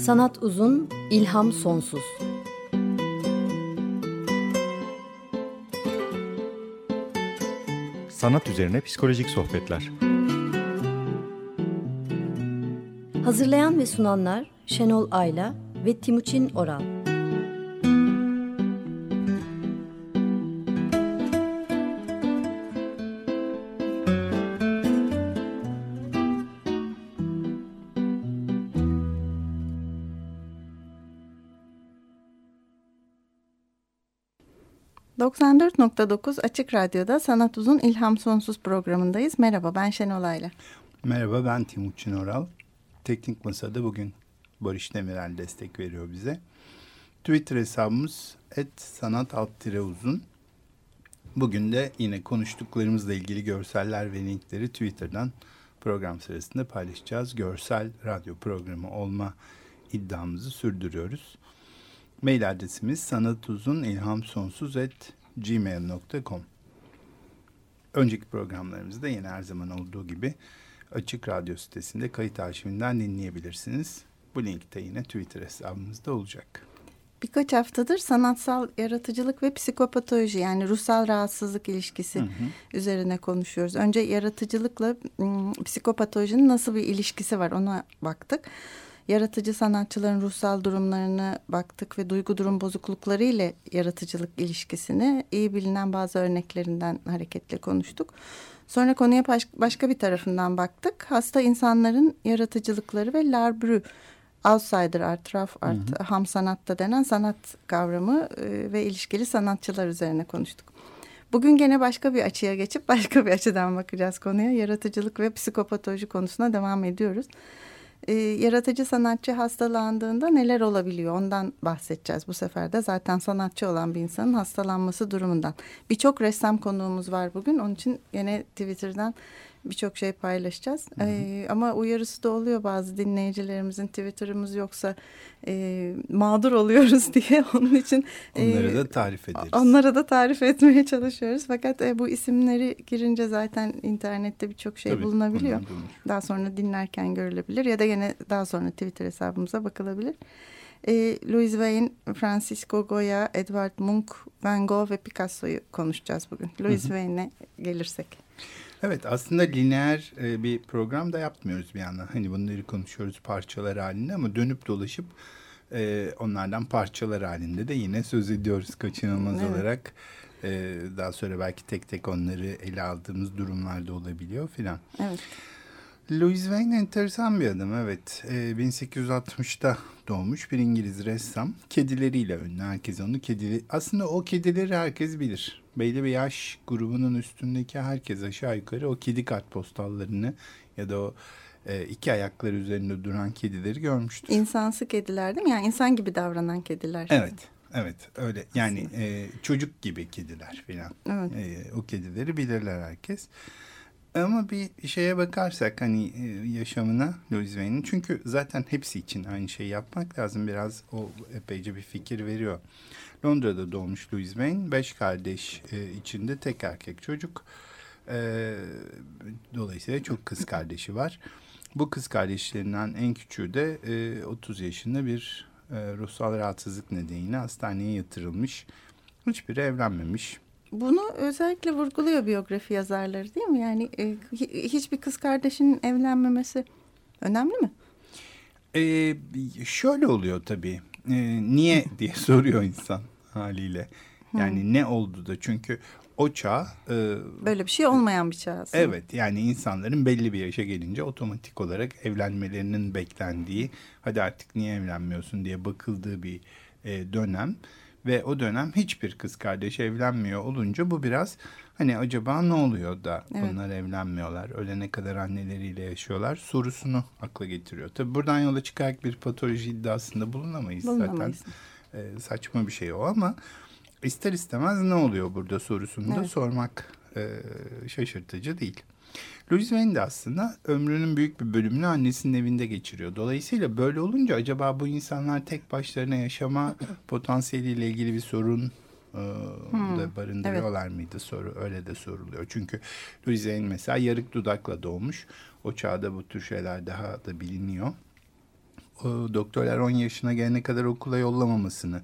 Sanat uzun, ilham sonsuz. Sanat üzerine psikolojik sohbetler. Hazırlayan ve sunanlar Şenol Ayla ve Timuçin Oral. ...94.9 Açık Radyo'da Sanat Uzun İlham Sonsuz programındayız. Merhaba, ben Şenol Ayla. Merhaba, ben Timuçin Oral. Teknik Masa'da bugün Barış Demirel destek veriyor bize. Twitter hesabımız @sanat_uzun. Bugün de yine konuştuklarımızla ilgili görseller ve linkleri Twitter'dan program sırasında paylaşacağız. Görsel radyo programı olma iddiamızı sürdürüyoruz. Mail adresimiz sanatuzunilhamsonsuz@gmail.com. Önceki programlarımızda yine her zaman olduğu gibi Açık Radyo sitesinde kayıt arşivinden dinleyebilirsiniz. Bu link de yine Twitter hesabımızda olacak. Birkaç haftadır sanatsal yaratıcılık ve psikopatoloji, yani ruhsal rahatsızlık ilişkisi üzerine konuşuyoruz. Önce yaratıcılıkla psikopatolojinin nasıl bir ilişkisi var ona baktık. Yaratıcı sanatçıların ruhsal durumlarına baktık ve duygu durum bozuklukları ile yaratıcılık ilişkisini iyi bilinen bazı örneklerinden hareketle konuştuk. Sonra konuya başka bir tarafından baktık. Hasta insanların yaratıcılıkları ve l'art brut, outsider art, rough art, ham sanatta denen sanat kavramı ve ilişkili sanatçılar üzerine konuştuk. Bugün gene başka bir açıya geçip başka bir açıdan bakacağız konuya. Yaratıcılık ve psikopatoloji konusuna devam ediyoruz. Yaratıcı sanatçı hastalandığında neler olabiliyor, ondan bahsedeceğiz bu sefer de. Zaten sanatçı olan bir insanın hastalanması durumundan. Birçok ressam konuğumuz var bugün, onun için yine Twitter'dan birçok şey paylaşacağız. Ama uyarısı da oluyor bazı dinleyicilerimizin, Twitter'ımız yoksa mağdur oluyoruz diye. Onun için onları da tarif ederiz. Onlara da tarif etmeye çalışıyoruz. Fakat bu isimleri girince zaten internette birçok şey bulunabiliyor. Daha sonra dinlerken görülebilir ya da yine daha sonra Twitter hesabımıza bakılabilir. Louis Wayne, Francisco Goya, Edvard Munch, Van Gogh ve Picasso'yu konuşacağız bugün. Louis Wayne'e gelirsek. Evet, aslında lineer bir program da yapmıyoruz bir yandan. Hani bunları konuşuyoruz parçalar halinde ama dönüp dolaşıp onlardan parçalar halinde de yine söz ediyoruz kaçınılmaz olarak. Daha sonra belki tek tek onları ele aldığımız durumlarda olabiliyor filan. Evet. Louis Wayne enteresan bir adam, evet. 1860'ta doğmuş bir İngiliz ressam. Kedileriyle ünlü, herkes onu aslında o kedileri herkes bilir. Belli bir yaş grubunun üstündeki herkes aşağı yukarı o kedi kartpostallarını ya da o iki ayakları üzerinde duran kedileri görmüştür. İnsansı kediler değil mi? Yani insan gibi davranan kediler. Evet öyle yani çocuk gibi kediler falan. Evet. O kedileri bilirler herkes. Ama bir şeye bakarsak hani yaşamına Louis Wayne'in, çünkü zaten hepsi için aynı şeyi yapmak lazım. Biraz o epeyce bir fikir veriyor. Londra'da doğmuş Louis Wayne. 5 kardeş içinde tek erkek çocuk. Dolayısıyla çok kız kardeşi var. Bu kız kardeşlerinden en küçüğü de 30 yaşında bir ruhsal rahatsızlık nedeniyle hastaneye yatırılmış. Hiçbiri evlenmemiş. Bunu özellikle vurguluyor biyografi yazarları değil mi? Yani hiçbir kız kardeşinin evlenmemesi önemli mi? Şöyle oluyor tabii. Niye diye soruyor insan haliyle. Yani ne oldu da, çünkü o çağ... böyle bir şey olmayan bir çağ aslında. Evet, yani insanların belli bir yaşa gelince otomatik olarak evlenmelerinin beklendiği, hadi artık niye evlenmiyorsun diye bakıldığı bir dönem. Ve o dönem hiçbir kız kardeş evlenmiyor olunca bu biraz hani acaba ne oluyor da bunlar evlenmiyorlar, ölene kadar anneleriyle yaşıyorlar sorusunu akla getiriyor. Tabii buradan yola çıkarak bir patoloji iddiasında bulunamayız. Zaten saçma bir şey o, ama ister istemez ne oluyor burada sorusunu da sormak şaşırtıcı değil. Louis Wayne de aslında ömrünün büyük bir bölümünü annesinin evinde geçiriyor. Dolayısıyla böyle olunca acaba bu insanlar tek başlarına yaşama potansiyeliyle ilgili bir sorun da barındırıyorlar mıydı soru, öyle de soruluyor. Çünkü Louis Wayne mesela yarık dudakla doğmuş. O çağda bu tür şeyler daha da biliniyor. doktorlar 10 yaşına gelene kadar okula yollamamasını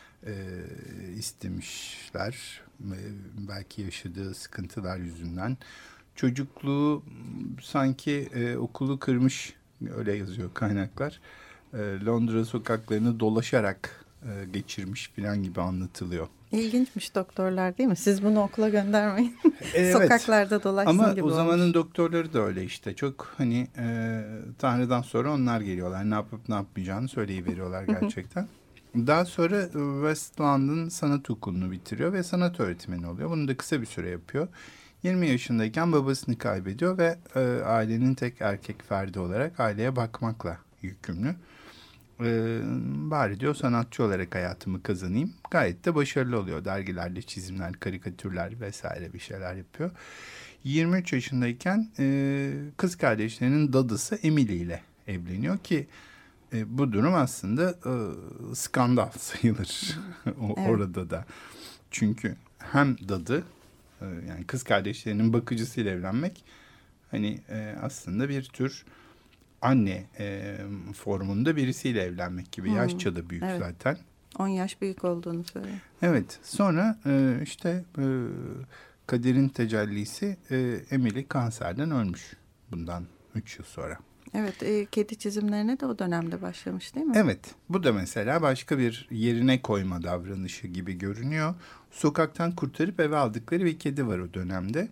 istemişler. Belki yaşadığı sıkıntılar yüzünden. Çocukluğu sanki okulu kırmış, öyle yazıyor kaynaklar. Londra sokaklarını dolaşarak geçirmiş falan gibi anlatılıyor. İlginçmiş doktorlar, değil mi? Siz bunu okula göndermeyin. Evet. Sokaklarda dolaşsın ama gibi o zamanın olmuş. doktorları da öyle işte. Çok hani Tanrı'dan sonra onlar geliyorlar. Ne yapıp ne yapmayacağını söyleyiveriyorlar gerçekten. Daha sonra West London Sanat Okulu'nu bitiriyor ve sanat öğretmeni oluyor. Bunu da kısa bir süre yapıyor. 20 yaşındayken babasını kaybediyor ve ailenin tek erkek ferdi olarak aileye bakmakla yükümlü. Bari diyor sanatçı olarak hayatımı kazanayım. Gayet de başarılı oluyor. Dergilerde çizimler, karikatürler vesaire bir şeyler yapıyor. 23 yaşındayken kız kardeşlerinin dadısı Emily ile evleniyor ki bu durum aslında skandal sayılır Evet. orada da. Çünkü hem dadı, yani kız kardeşlerinin bakıcısıyla evlenmek hani aslında bir tür anne formunda birisiyle evlenmek gibi. Yaşça da büyük evet. zaten. 10 yaş büyük olduğunu söylüyor. Evet. Sonra işte kaderin tecellisi Emily kanserden ölmüş bundan 3 yıl sonra. Evet, kedi çizimlerine de o dönemde başlamış, değil mi? Evet. Bu da mesela başka bir yerine koyma davranışı gibi görünüyor. Sokaktan kurtarıp eve aldıkları bir kedi var o dönemde.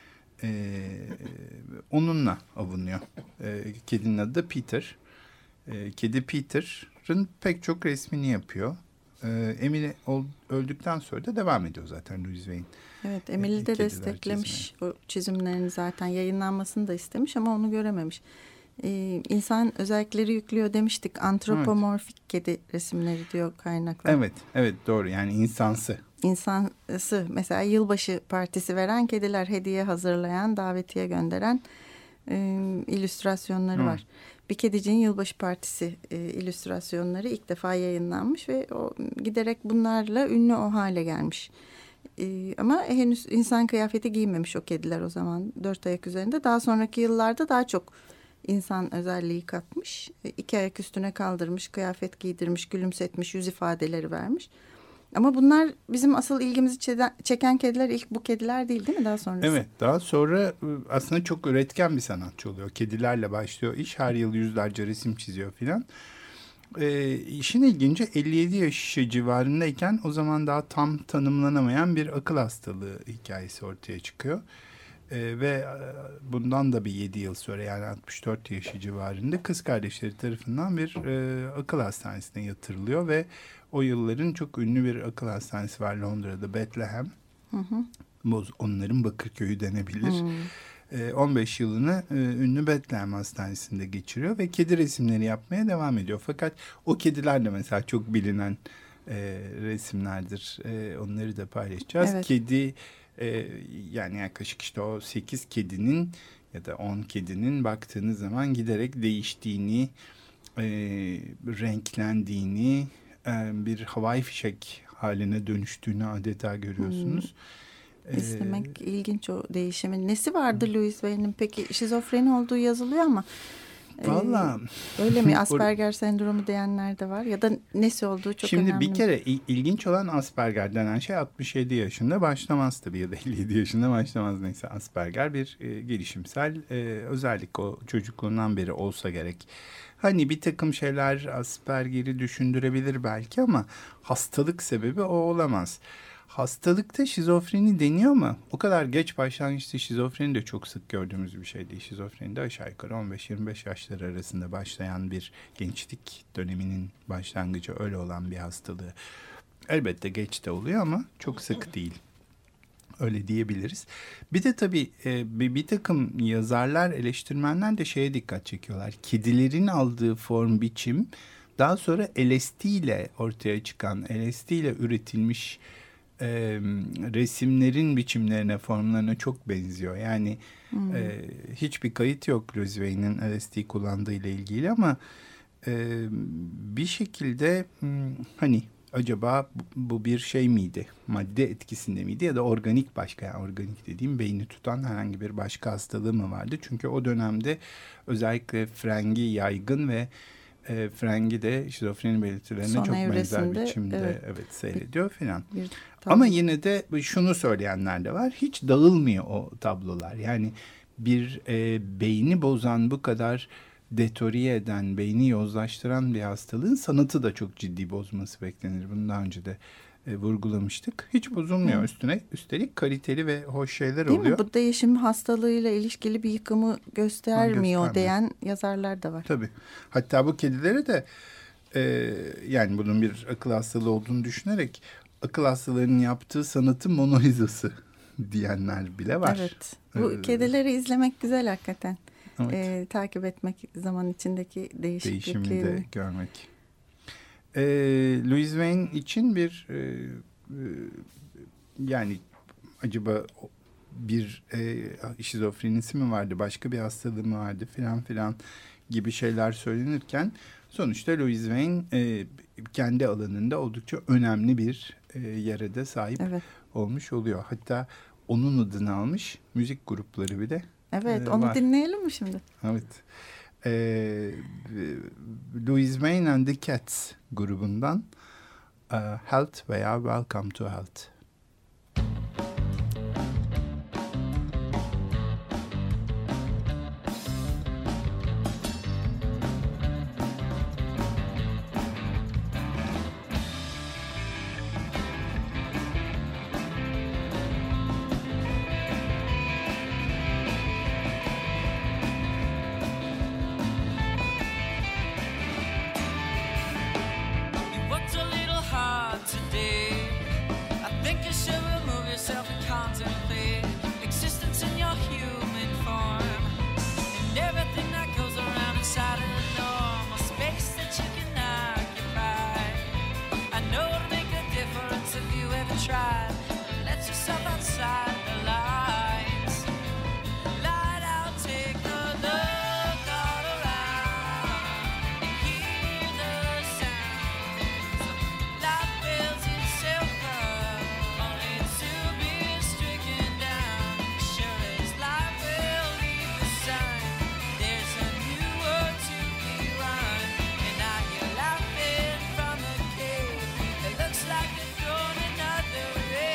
Onunla avunuyor. Kedinin adı da Peter. Kedi Peter'ın pek çok resmini yapıyor. Emily öldükten sonra da devam ediyor zaten Louise Wayne. Evet, Emily de Kediler desteklemiş o çizimlerini, zaten yayınlanmasını da istemiş ama onu görememiş. İnsan özellikleri yüklüyor demiştik. Antropomorfik kedi resimleri diyor kaynaklar. Evet doğru, yani insansı. İnsansı, mesela yılbaşı partisi veren kediler, hediye hazırlayan, davetiye gönderen illüstrasyonları var. Bir kediciğin yılbaşı partisi illüstrasyonları ilk defa yayınlanmış ve o giderek bunlarla ünlü o hale gelmiş. Ama henüz insan kıyafeti giymemiş o kediler o zaman, 4 ayak üzerinde. Daha sonraki yıllarda daha çok insan özelliği katmış. 2 ayak üstüne kaldırmış, kıyafet giydirmiş, gülümsetmiş, yüz ifadeleri vermiş. Ama bunlar bizim asıl ilgimizi çeken kediler ilk bu kediler değil mi, daha sonrası? Evet, daha sonra aslında çok üretken bir sanatçı oluyor. Kedilerle başlıyor iş, her yıl yüzlerce resim çiziyor filan. İşin ilginci 57 yaş civarındayken o zaman daha tam tanımlanamayan bir akıl hastalığı hikayesi ortaya çıkıyor. Ve bundan da bir 7 yıl sonra, yani 64 yaşı civarında kız kardeşleri tarafından bir akıl hastanesine yatırılıyor ve o yılların çok ünlü bir akıl hastanesi var Londra'da, Bethlehem. Onların Bakırköy'ü denebilir. 15 yılını ünlü Bethlehem Hastanesi'nde geçiriyor ve kedi resimleri yapmaya devam ediyor. Fakat o kediler de mesela çok bilinen resimlerdir. Onları da paylaşacağız. Evet. Kedi yani yaklaşık işte o 8 kedinin ya da 10 kedinin baktığınız zaman giderek değiştiğini, renklendiğini, bir havai fişek haline dönüştüğünü adeta görüyorsunuz. İzlemek ilginç o değişimin. Nesi vardı Louise Wayne'in? Peki şizofreni olduğu yazılıyor ama Vallahi öyle mi? Asperger sendromu diyenler de var ya da nesi olduğu çok şimdi önemli. bir kere ilginç olan Asperger denen şey 67 yaşında başlamaz tabii, ya da 57 yaşında başlamaz, neyse. Asperger bir gelişimsel özellik, o çocukluğundan beri olsa gerek. Hani bir takım şeyler Asperger'i düşündürebilir belki ama hastalık sebebi o olamaz. Hastalıkta şizofreni deniyor ama o kadar geç başlangıçta şizofreni de çok sık gördüğümüz bir şey değil. Şizofreni de aşağı yukarı 15-25 yaşları arasında başlayan bir gençlik döneminin başlangıcı, öyle olan bir hastalığı. Elbette geç de oluyor ama çok sık değil. Öyle diyebiliriz. Bir de tabii bir takım yazarlar, eleştirmenler de şeye dikkat çekiyorlar. Kedilerin aldığı form, biçim daha sonra LSD ile ortaya çıkan, LSD ile üretilmiş resimlerin biçimlerine, formlarına çok benziyor. Yani hiçbir kayıt yok Louise Wayne'in LSD kullandığı ile ilgili ama bir şekilde hani acaba bu bir şey miydi? Madde etkisinde miydi ya da organik başka, yani organik dediğim beyni tutan herhangi bir başka hastalığı mı vardı? Çünkü o dönemde özellikle frengi yaygın ve Frengi de şizofreni belirtilerine Son çok benzer evresinde, biçimde seyrediyor filan. Bir Ama yine de şunu söyleyenler de var. Hiç dağılmıyor o tablolar. Yani bir beyni bozan, bu kadar detoriye eden, beyni yozlaştıran bir hastalığın sanatı da çok ciddi bozması beklenir. Bunu daha önce de vurgulamıştık. Hiç bozulmuyor üstelik kaliteli ve hoş şeyler Değil oluyor. mi? Bu değişim hastalığıyla ilişkili bir yıkımı göstermiyor diyen yazarlar da var. Tabii. Hatta bu kedilere de yani bunun bir akıl hastalığı olduğunu düşünerek akıl hastalarının yaptığı sanatı monoizası diyenler bile var. Evet. Bu kedileri izlemek güzel hakikaten. Evet. Takip etmek, zaman içindeki Değişimi değişiklikleri. de görmek. Louise Wayne için bir yani acaba bir şizofrenisi mi vardı, başka bir hastalığı mı vardı filan gibi şeyler söylenirken sonuçta Louise Wayne kendi alanında oldukça önemli bir yere de sahip olmuş oluyor. Hatta onun adını almış müzik grupları bile. Evet, onu var. dinleyelim mi şimdi? Evet. Louise Wayne and the Cats grubundan Health veya Welcome to Health. Looks like they're throwing another rain.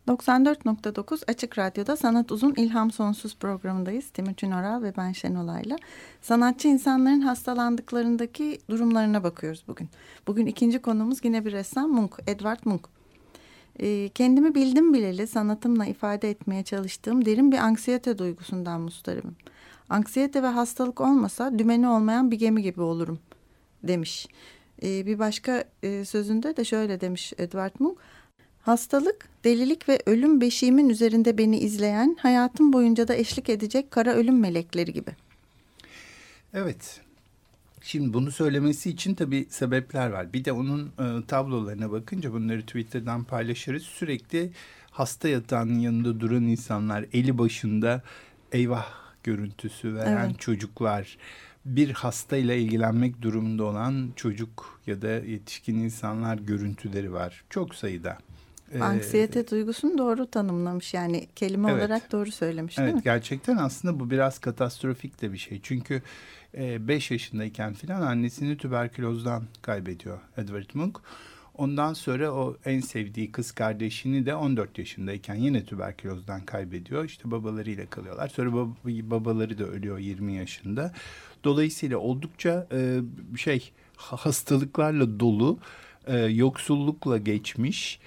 94.9 Açık Radyo'da Sanat Uzun İlham Sonsuz programındayız. Timuçin Oral ve ben Şenol Ayla. Sanatçı insanların hastalandıklarındaki durumlarına bakıyoruz bugün. Bugün ikinci konuğumuz yine bir ressam, Munch, Edvard Munch. Kendimi bildim bileli sanatımla ifade etmeye çalıştığım derin bir anksiyete duygusundan mustaribim. Anksiyete ve hastalık olmasa dümeni olmayan bir gemi gibi olurum demiş. Bir başka sözünde de şöyle demiş Edvard Munch. Hastalık, delilik ve ölüm beşiğimin üzerinde beni izleyen, hayatım boyunca da eşlik edecek kara ölüm melekleri gibi. Evet. Şimdi bunu söylemesi için tabii sebepler var. Bir de onun tablolarına bakınca bunları Twitter'dan paylaşırız. Sürekli hasta yatağının yanında duran insanlar, eli başında eyvah görüntüsü veren çocuklar, bir hastayla ilgilenmek durumunda olan çocuk ya da yetişkin insanlar görüntüleri var. Çok sayıda. Anksiyete duygusunu doğru tanımlamış, yani kelime olarak doğru söylemiş değil mi? Evet, gerçekten aslında bu biraz katastrofik de bir şey. Çünkü 5 yaşındayken filan annesini tüberkülozdan kaybediyor Edvard Munch. Ondan sonra o en sevdiği kız kardeşini de 14 yaşındayken yine tüberkülozdan kaybediyor. İşte babalarıyla kalıyorlar. Sonra babaları da ölüyor 20 yaşında. Dolayısıyla oldukça hastalıklarla dolu, yoksullukla geçmiş,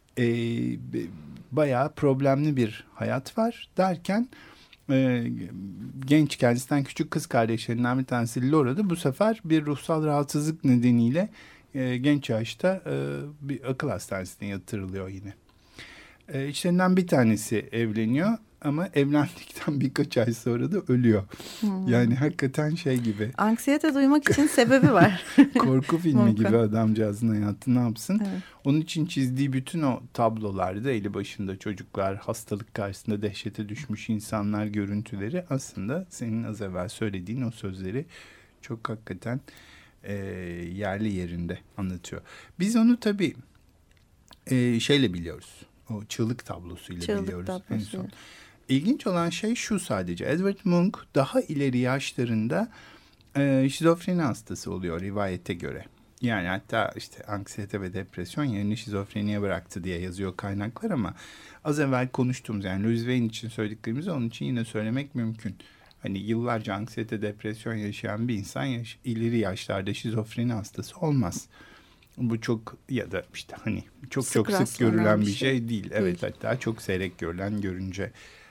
bayağı problemli bir hayat var derken genç, kendisinden küçük kız kardeşlerinden bir tanesi Laura da bu sefer bir ruhsal rahatsızlık nedeniyle genç yaşta bir akıl hastanesine yatırılıyor yine. İçlerinden bir tanesi evleniyor ama evlendikten birkaç ay sonra da ölüyor. Yani hakikaten şey gibi. Anksiyete duymak için sebebi var. Korku filmi gibi adamcağızın hayatı ne yapsın? Evet. Onun için çizdiği bütün o tablolarda eli başında çocuklar, hastalık karşısında dehşete düşmüş insanlar görüntüleri aslında senin az evvel söylediğin o sözleri çok hakikaten yerli yerinde anlatıyor. Biz onu tabii şeyle biliyoruz. O çığlık tablosuyla biliyoruz en son. İlginç olan şey şu sadece. Edvard Munch daha ileri yaşlarında şizofreni hastası oluyor rivayete göre. Yani hatta işte anksiyete ve depresyon yerini şizofreniye bıraktı diye yazıyor kaynaklar ama az evvel konuştuğumuz, yani Louis Wayne için söylediklerimizi onun için yine söylemek mümkün. Hani yıllarca anksiyete, depresyon yaşayan bir insan ileri yaşlarda şizofreni hastası olmaz. Bu çok, ya da işte hani çok sık görülen bir şey değil. Evet, hatta çok seyrek görülen, görünce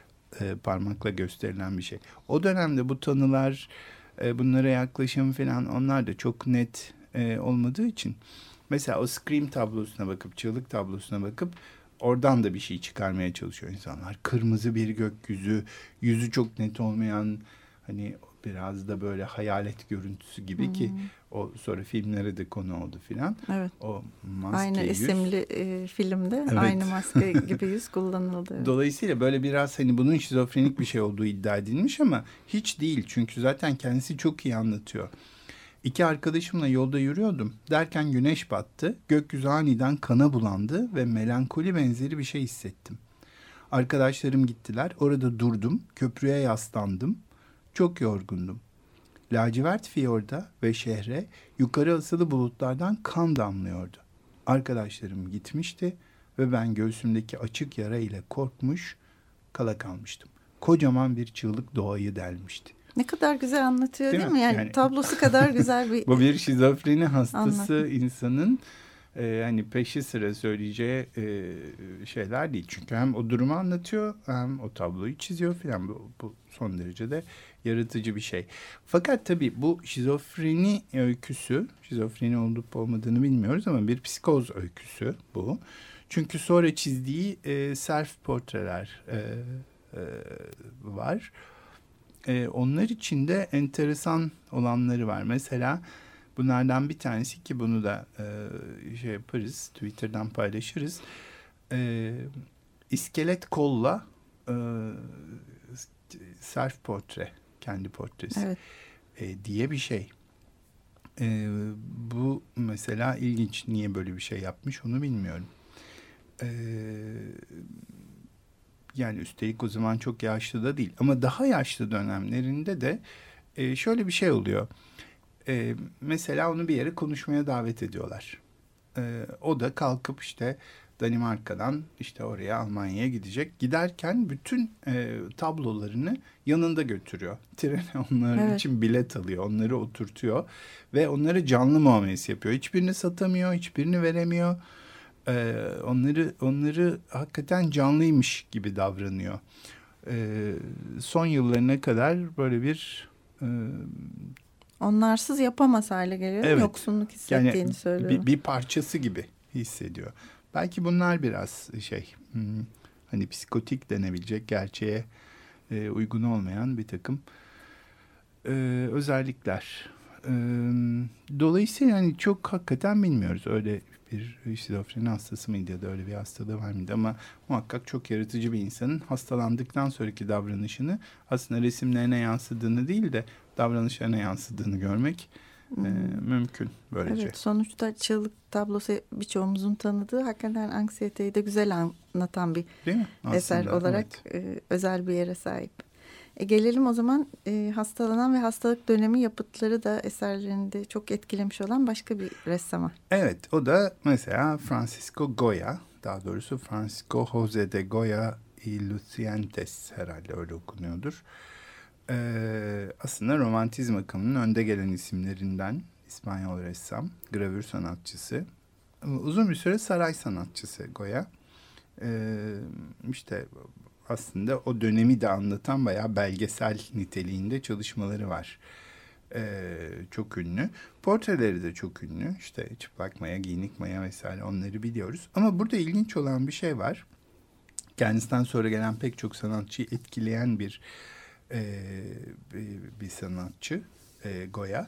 parmakla gösterilen bir şey. O dönemde bu tanılar, bunlara yaklaşım falan, onlar da çok net olmadığı için mesela o Scream tablosuna bakıp, çığlık tablosuna bakıp oradan da bir şey çıkarmaya çalışıyor insanlar. Kırmızı bir gökyüzü, yüzü çok net olmayan, hani biraz da böyle hayalet görüntüsü gibi ki o sonra filmlere de konu oldu filan. Evet. O maske aynı yüz. isimli filmde aynı maske gibi yüz kullanıldı. Evet. Dolayısıyla böyle biraz hani bunun şizofrenik bir şey olduğu iddia edilmiş ama hiç değil. Çünkü zaten kendisi çok iyi anlatıyor. 2 arkadaşımla yolda yürüyordum. Derken güneş battı. Gökyüzü aniden kana bulandı ve melankoli benzeri bir şey hissettim. Arkadaşlarım gittiler. Orada durdum. Köprüye yaslandım. Çok yorgundum. Lacivert fiyorda ve şehre yukarı asılı bulutlardan kan damlıyordu. Arkadaşlarım gitmişti ve ben göğsümdeki açık yara ile korkmuş, kala kalmıştım. Kocaman bir çığlık doğayı delmişti. Ne kadar güzel anlatıyor değil mi? Yani tablosu kadar güzel bir... Bu bir şizofreni hastası insanın hani peşi sıra söyleyeceği şeyler değil. Çünkü hem o durumu anlatıyor hem o tabloyu çiziyor filan. Bu son derece de yaratıcı bir şey. Fakat tabii bu şizofreni öyküsü, şizofreni olup olmadığını bilmiyoruz ama bir psikoz öyküsü bu. Çünkü sonra çizdiği self portreler var. Onlar için de enteresan olanları var. Mesela bunlardan bir tanesi, ki bunu da şey yaparız, Twitter'dan paylaşırız. İskelet kolla self portre, kendi portresi, evet, diye bir şey. Bu mesela ilginç. Niye böyle bir şey yapmış onu bilmiyorum. Yani üstelik o zaman çok yaşlı da değil. Ama daha yaşlı dönemlerinde de şöyle bir şey oluyor. Mesela onu bir yere konuşmaya davet ediyorlar. O da kalkıp işte Danimarka'dan işte oraya, Almanya'ya gidecek. Giderken bütün tablolarını yanında götürüyor. Trene onlar için bilet alıyor. Onları oturtuyor ve onlara canlı muamelesi yapıyor. Hiçbirini satamıyor, hiçbirini veremiyor. Onları hakikaten canlıymış gibi davranıyor. Son yıllarına kadar böyle bir... Onlarsız yapamaz hale geliyor. Evet. Yoksunluk hissettiğini yani söylüyor. Bir parçası gibi hissediyor. Belki bunlar biraz hani psikotik denebilecek, gerçeğe uygun olmayan bir takım özellikler. Dolayısıyla yani çok hakikaten bilmiyoruz. Öyle bir şizofreni hastası mıydı ya da öyle bir hastalığı var mıydı, ama muhakkak çok yaratıcı bir insanın hastalandıktan sonraki davranışını aslında resimlerine yansıdığını değil de davranışlarına yansıdığını görmek mümkün böylece. Evet, sonuçta çığlık tablosu birçoğumuzun tanıdığı, hakikaten anksiyeteyi de güzel anlatan bir eser olarak özel bir yere sahip. Gelelim o zaman hastalanan ve hastalık dönemi yapıtları da eserlerinde çok etkilemiş olan başka bir ressama. Evet, o da mesela Francisco Goya, daha doğrusu Francisco José de Goya y Lucientes, herhalde öyle okunuyordur. Aslında romantizm akımının önde gelen isimlerinden İspanyol ressam, gravür sanatçısı. Uzun bir süre saray sanatçısı Goya. İşte aslında o dönemi de anlatan bayağı belgesel niteliğinde çalışmaları var. Çok ünlü. Portreleri de çok ünlü. İşte Çıplak Maya, Giyinik Maya vesaire, onları biliyoruz. Ama burada ilginç olan bir şey var. Kendisinden sonra gelen pek çok sanatçıyı etkileyen bir sanatçı Goya.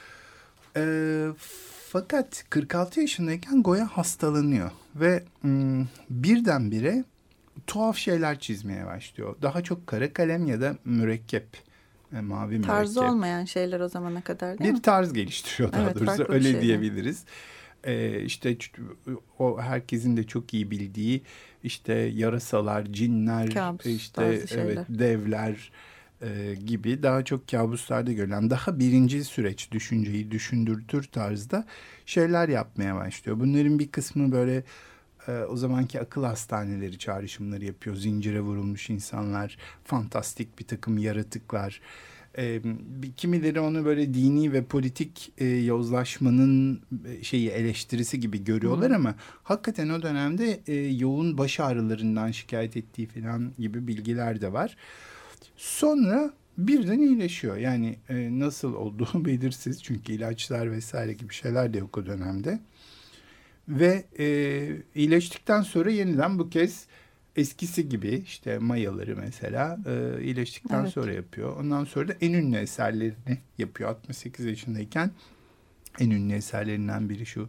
Fakat 46 yaşındayken Goya hastalanıyor ve birdenbire tuhaf şeyler çizmeye başlıyor. Daha çok kara kalem ya da mürekkep, mavi mürekkep. Tarzı olmayan şeyler o zamana kadar, değil mi? Bir tarz geliştiriyor daha doğrusu, öyle diyebiliriz. İşte o herkesin de çok iyi bildiği işte yarasalar, cinler, kabus, işte devler gibi daha çok kabuslarda görülen, daha birinci süreç düşünceyi düşündürtür tarzda şeyler yapmaya başlıyor. Bunların bir kısmı böyle o zamanki akıl hastaneleri çağrışımları yapıyor. Zincire vurulmuş insanlar, fantastik bir takım yaratıklar. Kimileri onu böyle dini ve politik yozlaşmanın eleştirisi gibi görüyorlar ama hakikaten o dönemde yoğun baş ağrılarından şikayet ettiği falan gibi bilgiler de var. Sonra birden iyileşiyor. Yani nasıl olduğu belirsiz, çünkü ilaçlar vesaire gibi şeyler de yok o dönemde. Ve iyileştikten sonra yeniden bu kez eskisi gibi işte mayaları mesela iyileştikten sonra yapıyor. Ondan sonra da en ünlü eserlerini yapıyor. 68 yaşındayken en ünlü eserlerinden biri şu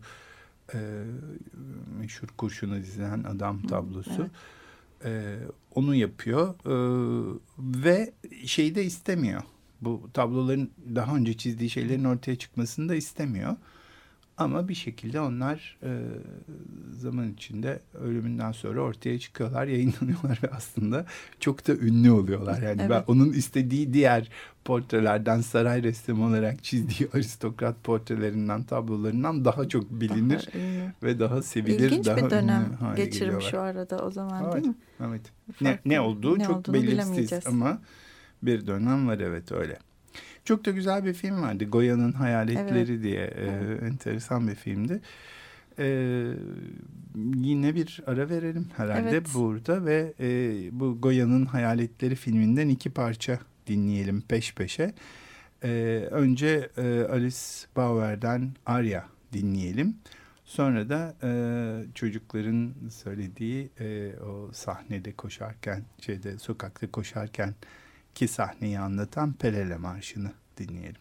meşhur kurşuna dizilen adam tablosu. Onu yapıyor ve şeyi de istemiyor. Bu tabloların, daha önce çizdiği şeylerin ortaya çıkmasını da istemiyor. Ama bir şekilde onlar zaman içinde ölümünden sonra ortaya çıkıyorlar, yayınlanıyorlar ve aslında çok da ünlü oluyorlar. Yani ben onun istediği diğer portrelerden, saray ressamı olarak çizdiği aristokrat portrelerinden, tablolarından daha çok bilinir ve daha sevilir. İlginç daha bir dönem geçirmiş geliyorlar. şu arada o zaman, değil mi? Evet. Ne olduğu çok belirsiz ama bir dönem var, evet, öyle. Çok da güzel bir film vardı. Goya'nın Hayaletleri diye. Enteresan bir filmdi. Yine bir ara verelim herhalde burada ve bu Goya'nın Hayaletleri filminden 2 parça dinleyelim peş peşe. Önce Alice Bauer'den Arya dinleyelim. Sonra da çocukların söylediği o sahnede koşarken, sokakta koşarken ki sahneyi anlatan Pelele Marşı'nı dinleyelim.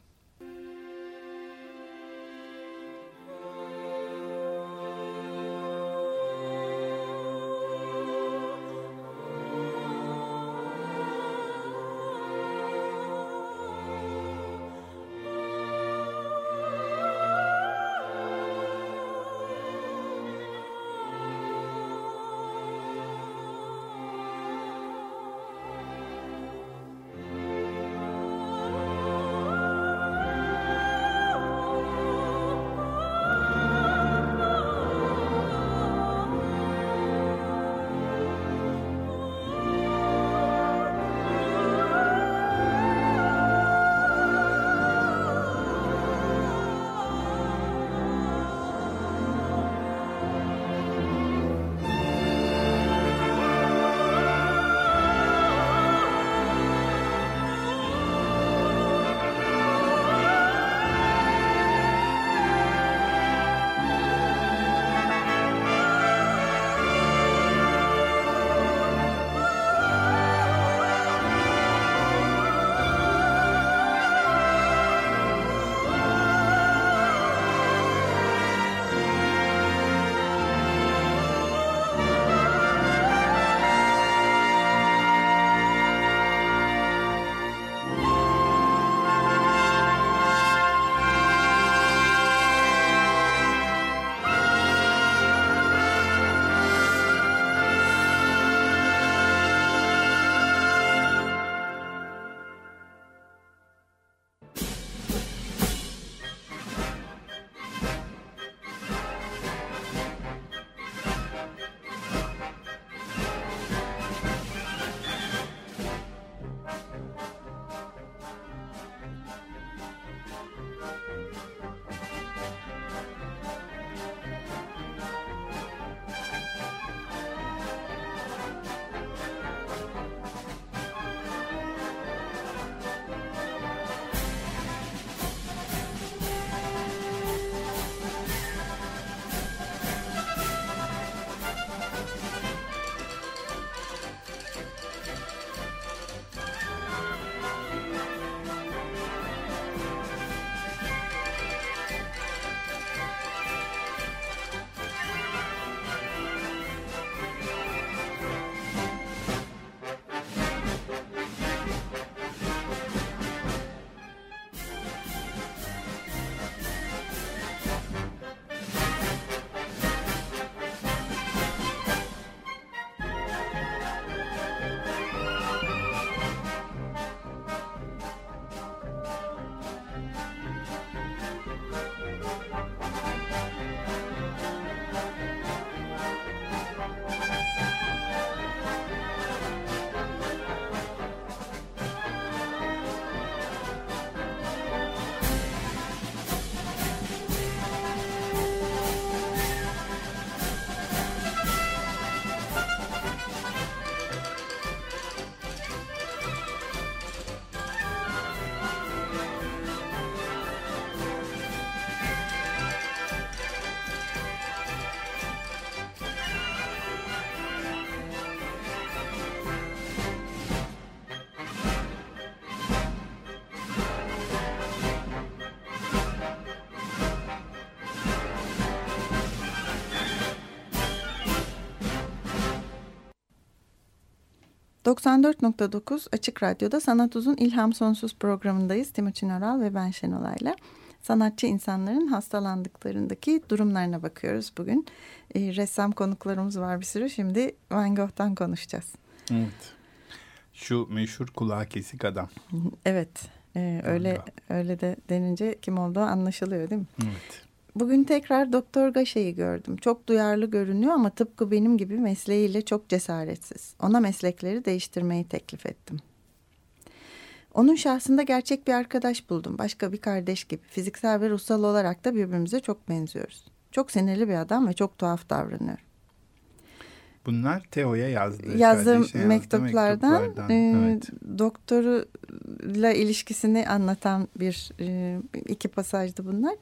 94.9 Açık Radyo'da Sanat Uzun İlham Sonsuz programındayız. Timuçin Oral ve ben Şenol Ayla. Sanatçı insanların hastalandıklarındaki durumlarına bakıyoruz bugün. Ressam konuklarımız var bir sürü. Şimdi Van Gogh'tan konuşacağız. Evet. Şu meşhur kulağı kesik adam. Evet. Öyle de denince kim olduğu anlaşılıyor değil mi? Evet. Bugün tekrar Doktor Gaşe'yi gördüm. Çok duyarlı görünüyor ama tıpkı benim gibi mesleğiyle çok cesaretsiz. Ona meslekleri değiştirmeyi teklif ettim. Onun şahsında gerçek bir arkadaş buldum. Başka bir kardeş gibi. Fiziksel ve ruhsal olarak da birbirimize çok benziyoruz. Çok sinirli bir adam ve çok tuhaf davranıyor. Bunlar Teo'ya yazdığım mektuplardan evet. doktoruyla ilişkisini anlatan iki pasajdı bunlar.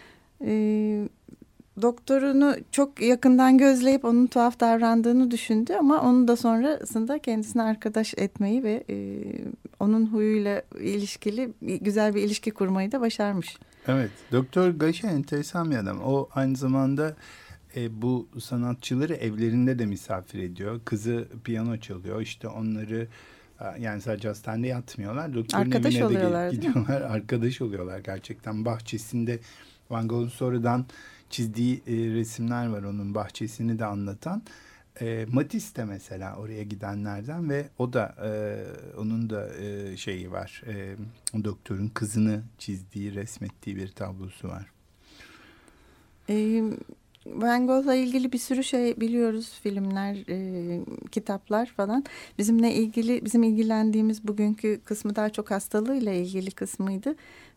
Doktorunu çok yakından gözleyip onun tuhaf davrandığını düşündü ama onu da sonrasında kendisine arkadaş etmeyi ve onun huyuyla ilişkili güzel bir ilişki kurmayı da başarmış. Evet, Doktor Gaşe enteresan bir adam. O aynı zamanda bu sanatçıları evlerinde de misafir ediyor. Kızı piyano çalıyor. İşte onları yani sadece hastanede yatmıyorlar. Doktorun arkadaş evine oluyorlar, de gidiyorlar. Arkadaş oluyorlar gerçekten. Bahçesinde Van Gogh'un sonradan çizdiği resimler var, onun bahçesini de anlatan. Matisse de mesela oraya gidenlerden ve o da onun da şeyi var. Doktorun kızını çizdiği, resmettiği bir tablosu var. Van Gogh'la ilgili bir sürü şey biliyoruz, filmler, kitaplar falan. Bizim ilgilendiğimiz bugünkü kısmı daha çok hastalığıyla ilgili kısmıydı.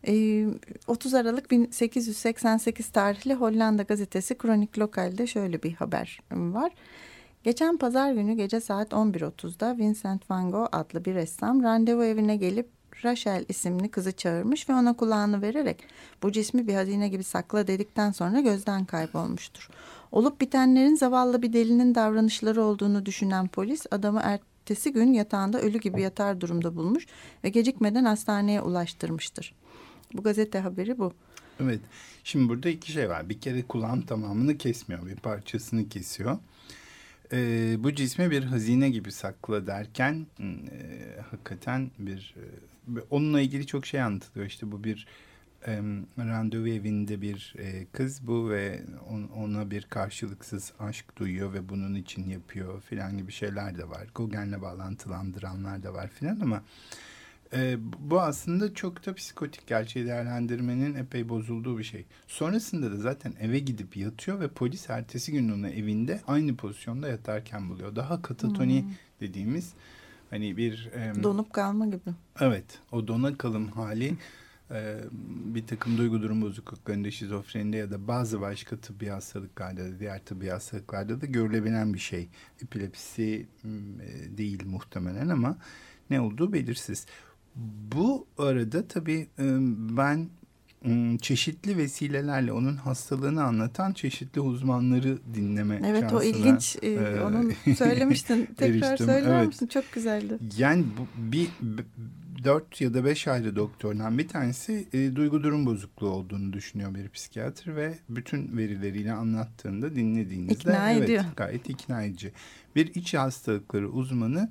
30 Aralık 1888 tarihli Hollanda gazetesi Kronik Lokal'de şöyle bir haber var. Geçen pazar günü gece saat 11.30'da Vincent van Gogh adlı bir ressam randevu evine gelip Rachel isimli kızı çağırmış ve ona kulağını vererek bu cismi bir hazine gibi sakla dedikten sonra gözden kaybolmuştur. Olup bitenlerin zavallı bir delinin davranışları olduğunu düşünen polis adamı ertesi gün yatağında ölü gibi yatar durumda bulmuş ve gecikmeden hastaneye ulaştırmıştır. Bu gazete haberi bu. Evet. Şimdi burada iki şey var. Bir kere kulağın tamamını kesmiyor. Bir parçasını kesiyor. Bu cismi bir hazine gibi sakla derken hakikaten onunla ilgili çok şey anlatılıyor. İşte bu bir randevu evinde bir kız bu ve ona bir karşılıksız aşk duyuyor ve bunun için yapıyor filan gibi şeyler de var. Gauguin'le bağlantılandıranlar da var filan ama bu aslında çok da psikotik, gerçeği değerlendirmenin epey bozulduğu bir şey. Sonrasında da zaten eve gidip yatıyor ve polis ertesi gün onu evinde aynı pozisyonda yatarken buluyor. Daha katatoni dediğimiz hani bir... donup kalma gibi. Evet, o dona kalım hali bir takım duygu durum bozukluklarında, şizofrenide ya da bazı başka tıbbi hastalıklarda da, diğer tıbbi hastalıklarda da görülebilen bir şey. Epilepsi değil muhtemelen ama ne olduğu belirsiz. Bu arada tabii ben çeşitli vesilelerle onun hastalığını anlatan çeşitli uzmanları dinleme şansına. Evet, o ilginç. Onun söylemiştin. Tekrar söyler misin? Çok güzeldi. Yani bir 4 ya da 5 ayda doktordan bir tanesi duygu durum bozukluğu olduğunu düşünüyor bir psikiyatr ve bütün verileriyle anlattığında, dinlediğinizde İkna ediyor. Gayet ikna edici. Bir iç hastalıkları uzmanı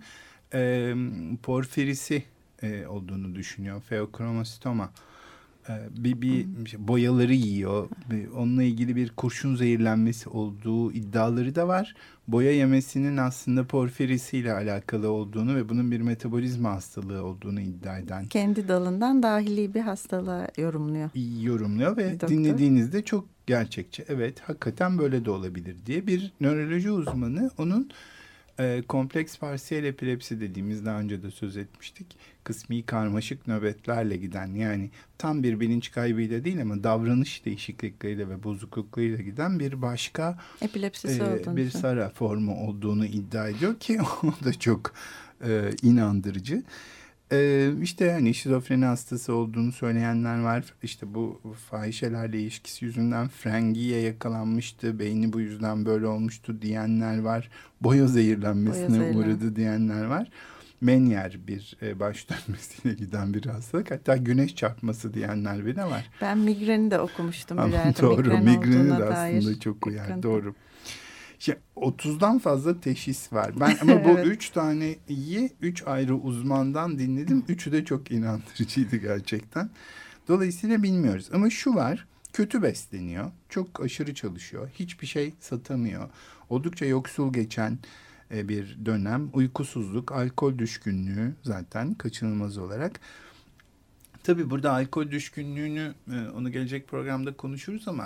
porfirisi olduğunu düşünüyor. Feokromostoma. Bir boyaları yiyor. Onunla ilgili bir kurşun zehirlenmesi olduğu iddiaları da var. Boya yemesinin aslında porfirisiyle alakalı olduğunu ve bunun bir metabolizma hastalığı olduğunu iddia eden. Kendi dalından dahili bir hastalığa yorumluyor ve doktor dinlediğinizde çok gerçekçi. Evet, hakikaten böyle de olabilir diye bir nöroloji uzmanı onun kompleks parsiyel epilepsi dediğimiz, daha önce de söz etmiştik, kısmi karmaşık nöbetlerle giden, yani tam bir bilinç kaybıyla değil ama davranış değişiklikleriyle ve bozukluklarıyla giden bir başka epilepsisi bir SARA formu olduğunu iddia ediyor ki o da çok inandırıcı. İşte yani şizofreni hastası olduğunu söyleyenler var. İşte bu fahişelerle ilişkisi yüzünden frengiye yakalanmıştı, beyni bu yüzden böyle olmuştu diyenler var. Boya zehirlenmesine uğradı diyenler var. Menyer bir baş dönmesiyle giden bir hastalık. Hatta güneş çarpması diyenler bile var. Ben migreni de okumuştum bir yerde. Doğru, migreni de aslında çok uyar. Doğru. 30'dan fazla teşhis var. Ben ama bu Evet. 3 taneyi 3 ayrı uzmandan dinledim. Üçü de çok inandırıcıydı gerçekten. Dolayısıyla bilmiyoruz. Ama şu var, kötü besleniyor. Çok aşırı çalışıyor. Hiçbir şey satamıyor. Oldukça yoksul geçen bir dönem. Uykusuzluk, alkol düşkünlüğü zaten kaçınılmaz olarak. Tabii burada alkol düşkünlüğünü onu gelecek programda konuşuruz ama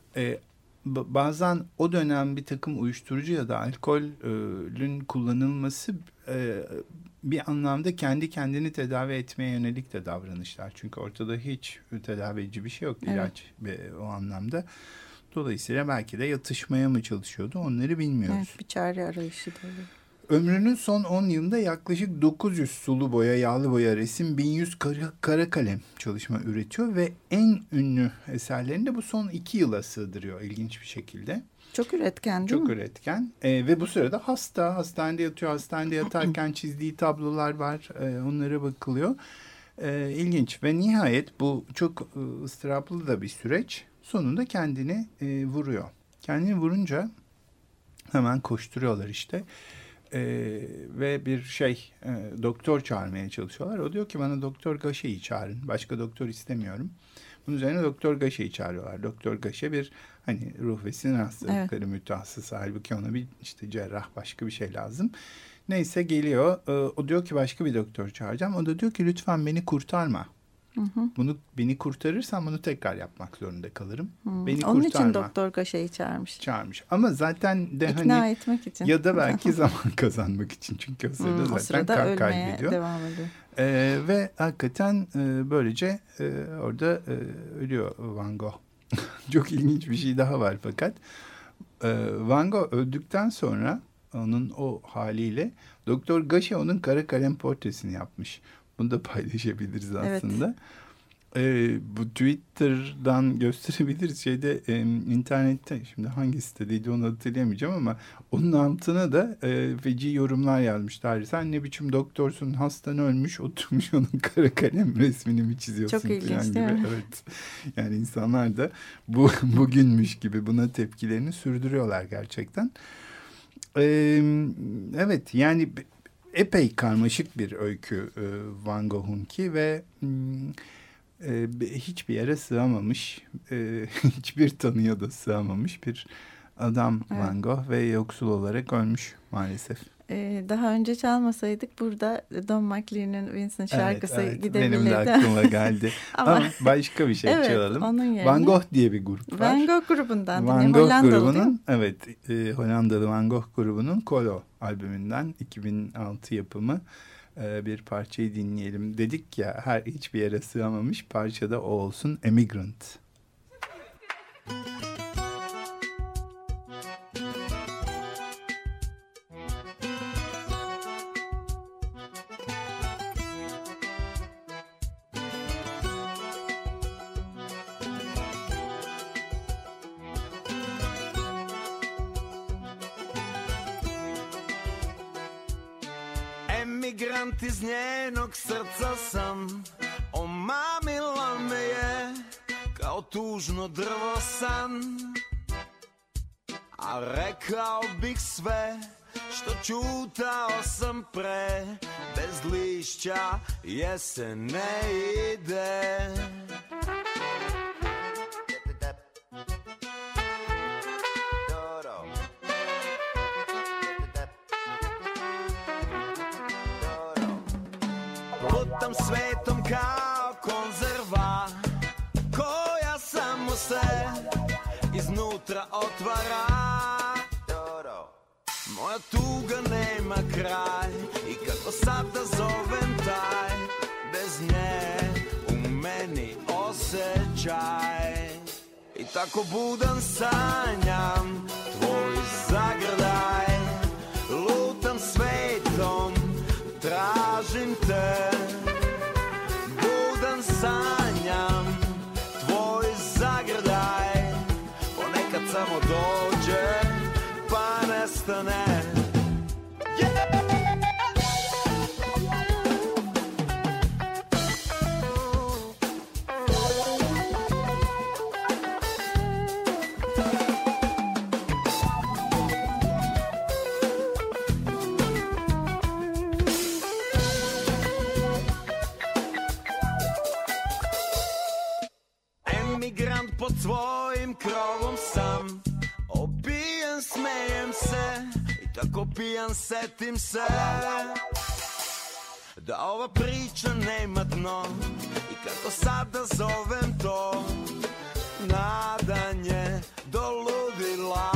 bazen o dönem bir takım uyuşturucu ya da alkolün kullanılması bir anlamda kendi kendini tedavi etmeye yönelik de davranışlar. Çünkü ortada hiç tedavi edici bir şey yok, ilaç o anlamda. Dolayısıyla belki de yatışmaya mı çalışıyordu, onları bilmiyoruz. Evet, bir çare arayışı da oluyor. Ömrünün son 10 yılında yaklaşık 900 sulu boya, yağlı boya, resim, 1100 kara kalem çalışma üretiyor ve en ünlü eserlerini de bu son 2 yıla sığdırıyor ilginç bir şekilde. Çok üretken değil Çok mi? üretken ve bu sırada hastanede yatıyor. Hastanede yatarken çizdiği tablolar var, onlara bakılıyor. İlginç ve nihayet bu çok ıstıraplı da bir süreç. Sonunda kendini vuruyor. Kendini vurunca hemen koşturuyorlar işte. Ve bir doktor çağırmaya çalışıyorlar. O diyor ki bana Doktor Gaşe'yi çağırın. Başka doktor istemiyorum. Bunun üzerine Doktor Gaşe'yi çağırıyorlar. Doktor Gaşe bir ruh ve sinir hastalıkları mütehassısı. Halbuki ona bir cerrah, başka bir şey lazım. Neyse geliyor. O diyor ki başka bir doktor çağıracağım. O da diyor ki lütfen beni kurtarma. Beni kurtarırsan bunu tekrar yapmak zorunda kalırım. Beni Onun kurtarma. için Doktor Gaşe'yi çağırmış. Ama zaten de İkna etmek için. ya da belki zaman kazanmak için. Çünkü o sırada o sırada zaten ölmeye kaybediyor. devam ediyor. Ve hakikaten böylece orada ölüyor Van Gogh. Çok ilginç bir şey daha var fakat Van Gogh öldükten sonra onun o haliyle Doktor Gaşe onun kara kalem portresini yapmış. Bunu da paylaşabiliriz aslında. Bu Twitter'dan gösterebiliriz. İnternette, şimdi hangi sitedeydi onu hatırlayamayacağım ama onun altına da feci yorumlar yazmışlar. Sen ne biçim doktorsun, hastan ölmüş, oturmuş onun kara kalem resmini mi çiziyorsun? Çok ilginç falan değil gibi. mi? Evet. Yani insanlar da bugünmüş gibi buna tepkilerini sürdürüyorlar gerçekten. Evet, yani epey karmaşık bir öykü Van Gogh'unki ve hiçbir yere sığamamış, hiçbir tanıya da sığamamış bir adam Van Gogh ve yoksul olarak ölmüş maalesef. Daha önce çalmasaydık burada Don McLean'in Vincent şarkısı gidebilirdi. Benim de aklıma geldi. Ama başka bir şey çalalım. Onun yerine Van Gogh diye bir grup var. Van Gogh grubundan. Van Gogh Hollandalı grubunun, Hollandalı Van Gogh grubunun Kolo albümünden 2006 yapımı bir parçayı dinleyelim. Dedik ya, hiçbir yere sığamamış, parça da o olsun, Emigrant. Emigrant iz njenog srca sam, omamila me je kao tužno drvo san. A rekao bih sve što čutao sam pre, bez lišća jesen ne ide. Putam svetom kao konzerva, koja samo se iznutra otvara. Moja tuga nema kraj i kako sad da zovem taj, bez nje u meni osjećaj. I tako budan sanjam tvoj zagrljaj, lutam svetom, tražim te. Budan sanjam tvoj zagrljaj, ponekad samo dođe pa nestane. emigrant pod svojim krovom sam. Opijen, smejem se i tako pijan setim se da ova priča nema dno i kako sada zovem to nadanje do ludila.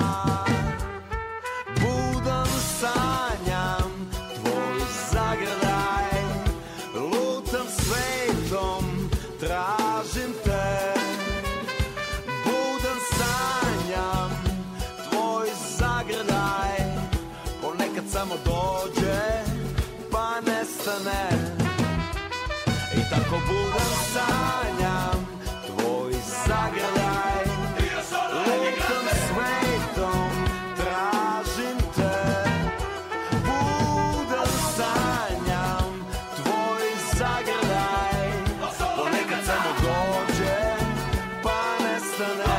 Budan sanjam tvoj zagrljaj, lutam svetom, tražim te. Budan sanjam tvoj zagrljaj, ponekad samo dođe pa nestane. I tako budan sanjam tvoj zagrljaj, lutam svetom, tražim te. Budan sanjam tvoj zagrljaj, ponekad samo dođe pa nestane.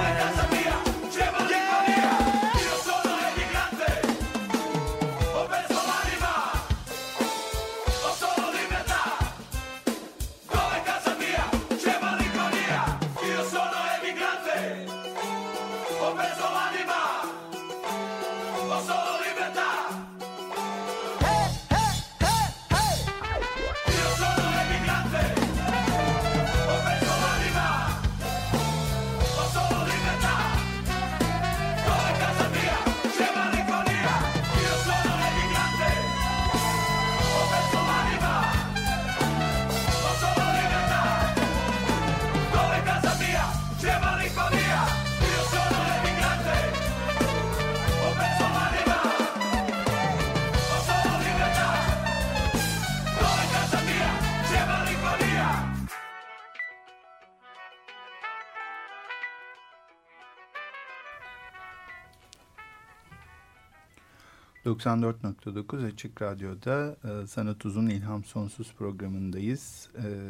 ...94.9 Açık Radyo'da Sanat Uzun İlham Sonsuz programındayız.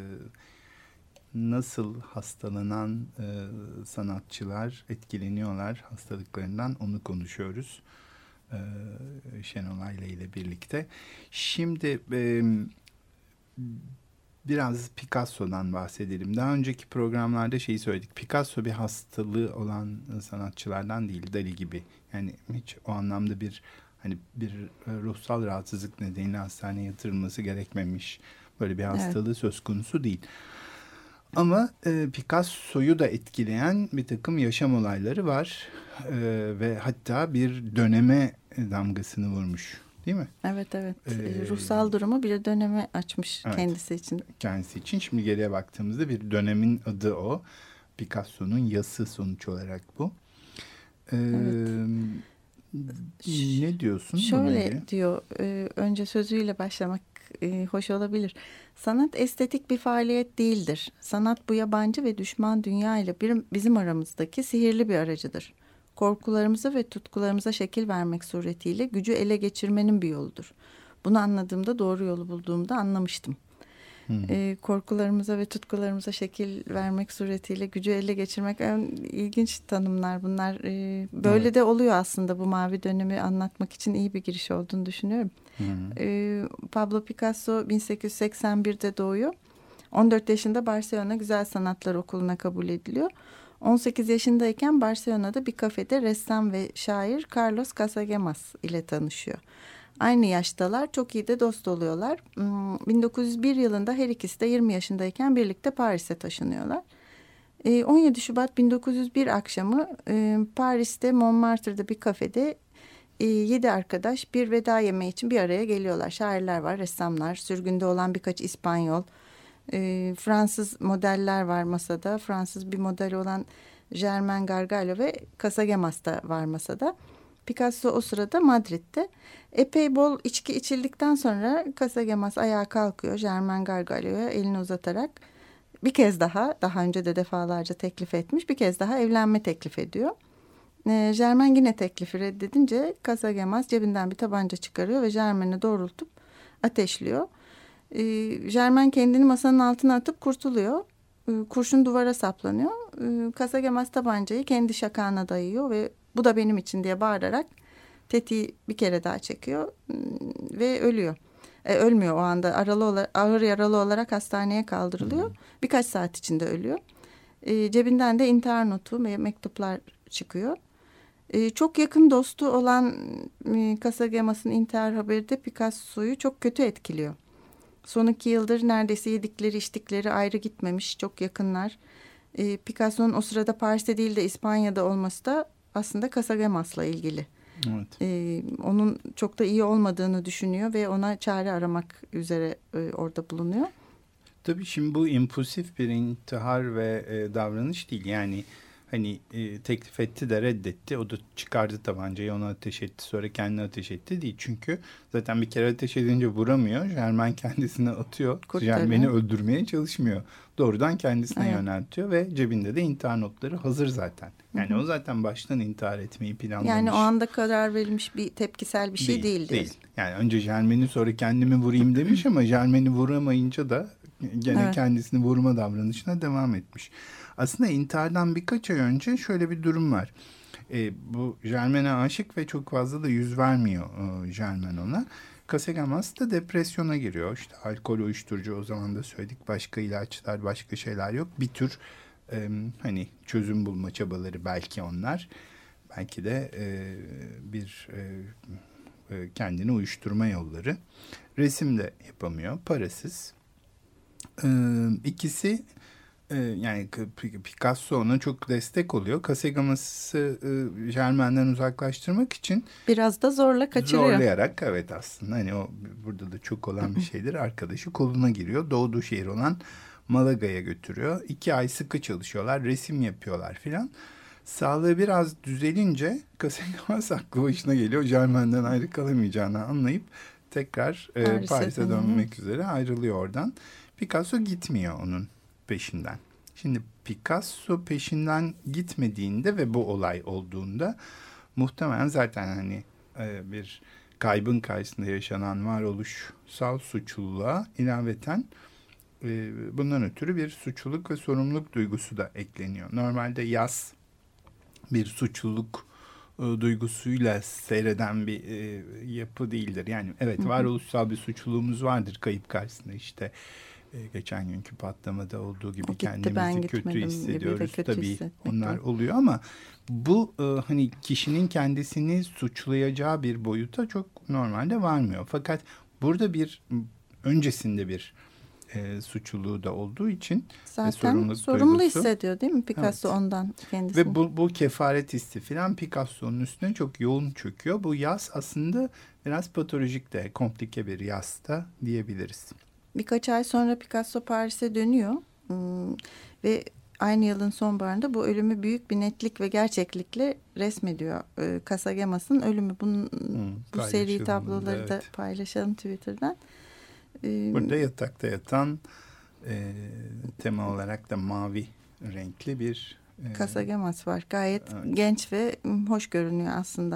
Nasıl hastalanan sanatçılar etkileniyorlar hastalıklarından, onu konuşuyoruz Şenol Ayla ile birlikte. Şimdi biraz Picasso'dan bahsedelim. Daha önceki programlarda şeyi söyledik. Picasso bir hastalığı olan sanatçılardan değil, Dali gibi. Yani hiç o anlamda bir ruhsal rahatsızlık nedeniyle hastaneye yatırılması gerekmemiş. Böyle bir hastalığı söz konusu değil. Ama Picasso'yu da etkileyen bir takım yaşam olayları var. Ve hatta bir döneme damgasını vurmuş. Değil mi? Evet. Ruhsal durumu bir döneme açmış, evet, kendisi için. Kendisi için. Şimdi geriye baktığımızda bir dönemin adı o. Picasso'nun yası sonuç olarak bu. Evet. Ne diyorsun? Şöyle diyor, önce sözüyle başlamak hoş olabilir. Sanat estetik bir faaliyet değildir. Sanat bu yabancı ve düşman dünya ile bizim aramızdaki sihirli bir aracıdır. Korkularımıza ve tutkularımıza şekil vermek suretiyle gücü ele geçirmenin bir yoludur. Bunu anladığımda, doğru yolu bulduğumda anlamıştım. Korkularımıza ve tutkularımıza şekil vermek suretiyle gücü ele geçirmek, ilginç tanımlar bunlar. Böyle evet, de oluyor aslında. Bu mavi dönemi anlatmak için iyi bir giriş olduğunu düşünüyorum. Pablo Picasso 1881'de doğuyor. 14 yaşında Barcelona Güzel Sanatlar Okulu'na kabul ediliyor. 18 yaşındayken Barcelona'da bir kafede ressam ve şair Carlos Casagemas ile tanışıyor. Aynı yaştalar, çok iyi de dost oluyorlar. 1901 yılında her ikisi de 20 yaşındayken birlikte Paris'e taşınıyorlar. 17 Şubat 1901 akşamı Paris'te Montmartre'da bir kafede 7 arkadaş bir veda yemeği için bir araya geliyorlar. Şairler var, ressamlar, sürgünde olan birkaç İspanyol, Fransız modeller var masada. Fransız bir model olan Germain Gargallo ve Casagemas da var masada. Picasso o sırada Madrid'de. Epey bol içki içildikten sonra Casagemas ayağa kalkıyor. Germain Gargallo'ya elini uzatarak bir kez daha önce de defalarca teklif etmiş, bir kez daha evlenme teklif ediyor. Germain yine teklifi reddedince Casagemas cebinden bir tabanca çıkarıyor ve Germain'i doğrultup ateşliyor. Germain kendini masanın altına atıp kurtuluyor. Kurşun duvara saplanıyor. Casagemas tabancayı kendi şakağına dayıyor ve bu da benim için diye bağırarak tetiği bir kere daha çekiyor ve ölüyor. Ölmüyor o anda, ağır yaralı olarak hastaneye kaldırılıyor. Birkaç saat içinde ölüyor. Cebinden de intihar notu ve mektuplar çıkıyor. Çok yakın dostu olan Casagemas'ın intihar haberi de Picasso'yu çok kötü etkiliyor. Son 2 yıldır neredeyse yedikleri içtikleri ayrı gitmemiş, çok yakınlar. Picasso'nun o sırada Paris'te değil de İspanya'da olması da aslında Casagemas'la ilgili. Evet. Onun çok da iyi olmadığını düşünüyor ve ona çare aramak üzere orada bulunuyor. Tabii şimdi bu impulsif bir intihar ve davranış değil. Yani hani teklif etti de reddetti. O da çıkardı tabancayı, ona ateş etti. Sonra kendine ateş etti değil. Çünkü zaten bir kere ateş edince vuramıyor. Germain kendisine atıyor. Germain'i öldürmeye çalışmıyor. Doğrudan kendisine yöneltiyor ve cebinde de intihar notları hazır zaten. Yani o zaten baştan intihar etmeyi planlamış. Yani o anda karar verilmiş bir tepkisel bir şey değil. Yani önce Germain'i sonra kendimi vurayım demiş ama Germain'i vuramayınca da gene kendisini vurma davranışına devam etmiş. Aslında intihardan birkaç ay önce şöyle bir durum var. Bu Germain'e aşık ve çok fazla da yüz vermiyor Germain ona. Casagemas da depresyona giriyor. İşte alkol, uyuşturucu, o zaman da söyledik, başka ilaçlar, başka şeyler yok. Bir tür hani çözüm bulma çabaları belki onlar. Belki de bir kendini uyuşturma yolları. Resim de yapamıyor, parasız. İkisi yani Picasso ona çok destek oluyor. Casagemas'ı Germain'den uzaklaştırmak için biraz da zorla kaçırıyor. Zorlayarak, evet, aslında hani o burada da çok olan bir şeydir. Arkadaşı koluna giriyor. Doğduğu şehir olan Malaga'ya götürüyor. 2 ay sıkı çalışıyorlar. Resim yapıyorlar filan. Sağlığı biraz düzelince Casagemas aklı başına geliyor. Germain'den ayrı kalamayacağını anlayıp tekrar Paris'e dönmek üzere ayrılıyor oradan. Picasso gitmiyor onun peşinden. Şimdi Picasso peşinden gitmediğinde ve bu olay olduğunda muhtemelen zaten hani bir kaybın karşısında yaşanan varoluşsal suçluluğa ilaveten bundan ötürü bir suçluluk ve sorumluluk duygusu da ekleniyor. Normalde yas bir suçluluk duygusuyla seyreden bir yapı değildir. Yani evet, varoluşsal bir suçluluğumuz vardır kayıp karşısında, işte geçen günkü patlamada olduğu gibi kendimizi kötü hissediyoruz. Tabii onlar oluyor ama bu hani kişinin kendisini suçlayacağı bir boyuta çok normalde varmıyor. Fakat burada bir öncesinde bir suçluluğu da olduğu için zaten sorumlu hissediyor değil mi Picasso ondan kendisini? Ve bu kefaret hissi falan Picasso'nun üstüne çok yoğun çöküyor. Bu yas aslında biraz patolojik de, komplike bir yas da diyebiliriz. Birkaç ay sonra Picasso Paris'e dönüyor ve aynı yılın sonbaharında bu ölümü büyük bir netlik ve gerçeklikle resmediyor. Casagemas'ın ölümü. Bu seri tabloları da paylaşalım Twitter'dan. Burada yatakta yatan tema olarak da mavi renkli bir Casagemas var. Gayet genç ve hoş görünüyor aslında.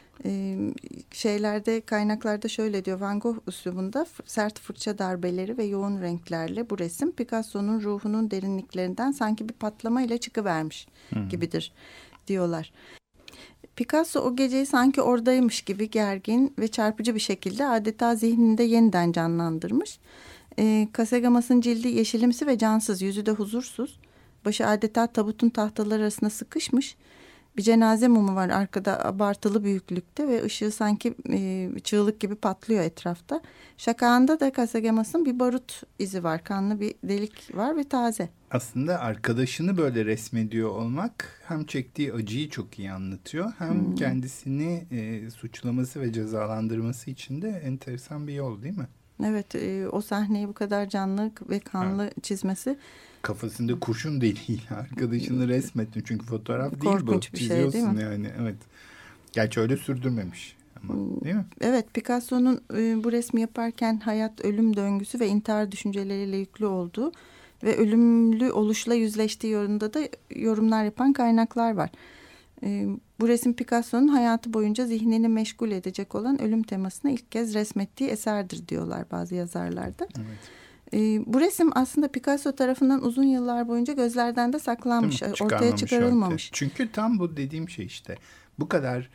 Kaynaklarda şöyle diyor: Van Gogh üslubunda sert fırça darbeleri ve yoğun renklerle bu resim Picasso'nun ruhunun derinliklerinden sanki bir patlamayla çıkıvermiş gibidir diyorlar. Picasso o geceyi sanki oradaymış gibi gergin ve çarpıcı bir şekilde adeta zihninde yeniden canlandırmış. Casagemas'ın cildi yeşilimsi ve cansız, yüzü de huzursuz. Başı adeta tabutun tahtaları arasında sıkışmış. Bir cenaze mumu var arkada, abartılı büyüklükte ve ışığı sanki çığlık gibi patlıyor etrafta. Şakağında da Casagemas'ın bir barut izi var. Kanlı bir delik var ve taze. Aslında arkadaşını böyle resmediyor olmak hem çektiği acıyı çok iyi anlatıyor, hem kendisini suçlaması ve cezalandırması için de enteresan bir yol, değil mi? Evet, o sahneyi bu kadar canlı ve kanlı çizmesi. Kafasında kurşun deliğiyle arkadaşını resmettin, çünkü fotoğraf değil bu. Korkunç bir şey, değil mi? Yani evet. Gerçi öyle sürdürmemiş ama, değil mi? Evet, Picasso'nun bu resmi yaparken hayat, ölüm döngüsü ve intihar düşünceleriyle yüklü olduğu ve ölümlü oluşla yüzleştiği yönünde de yorumlar yapan kaynaklar var. Bu resim Picasso'nun hayatı boyunca zihnini meşgul edecek olan ölüm temasını ilk kez resmettiği eserdir diyorlar bazı yazarlarda. Evet. Bu resim aslında Picasso tarafından uzun yıllar boyunca gözlerden de saklanmış, ortaya çıkarılmamış. Çünkü tam bu dediğim şey işte. Bu kadar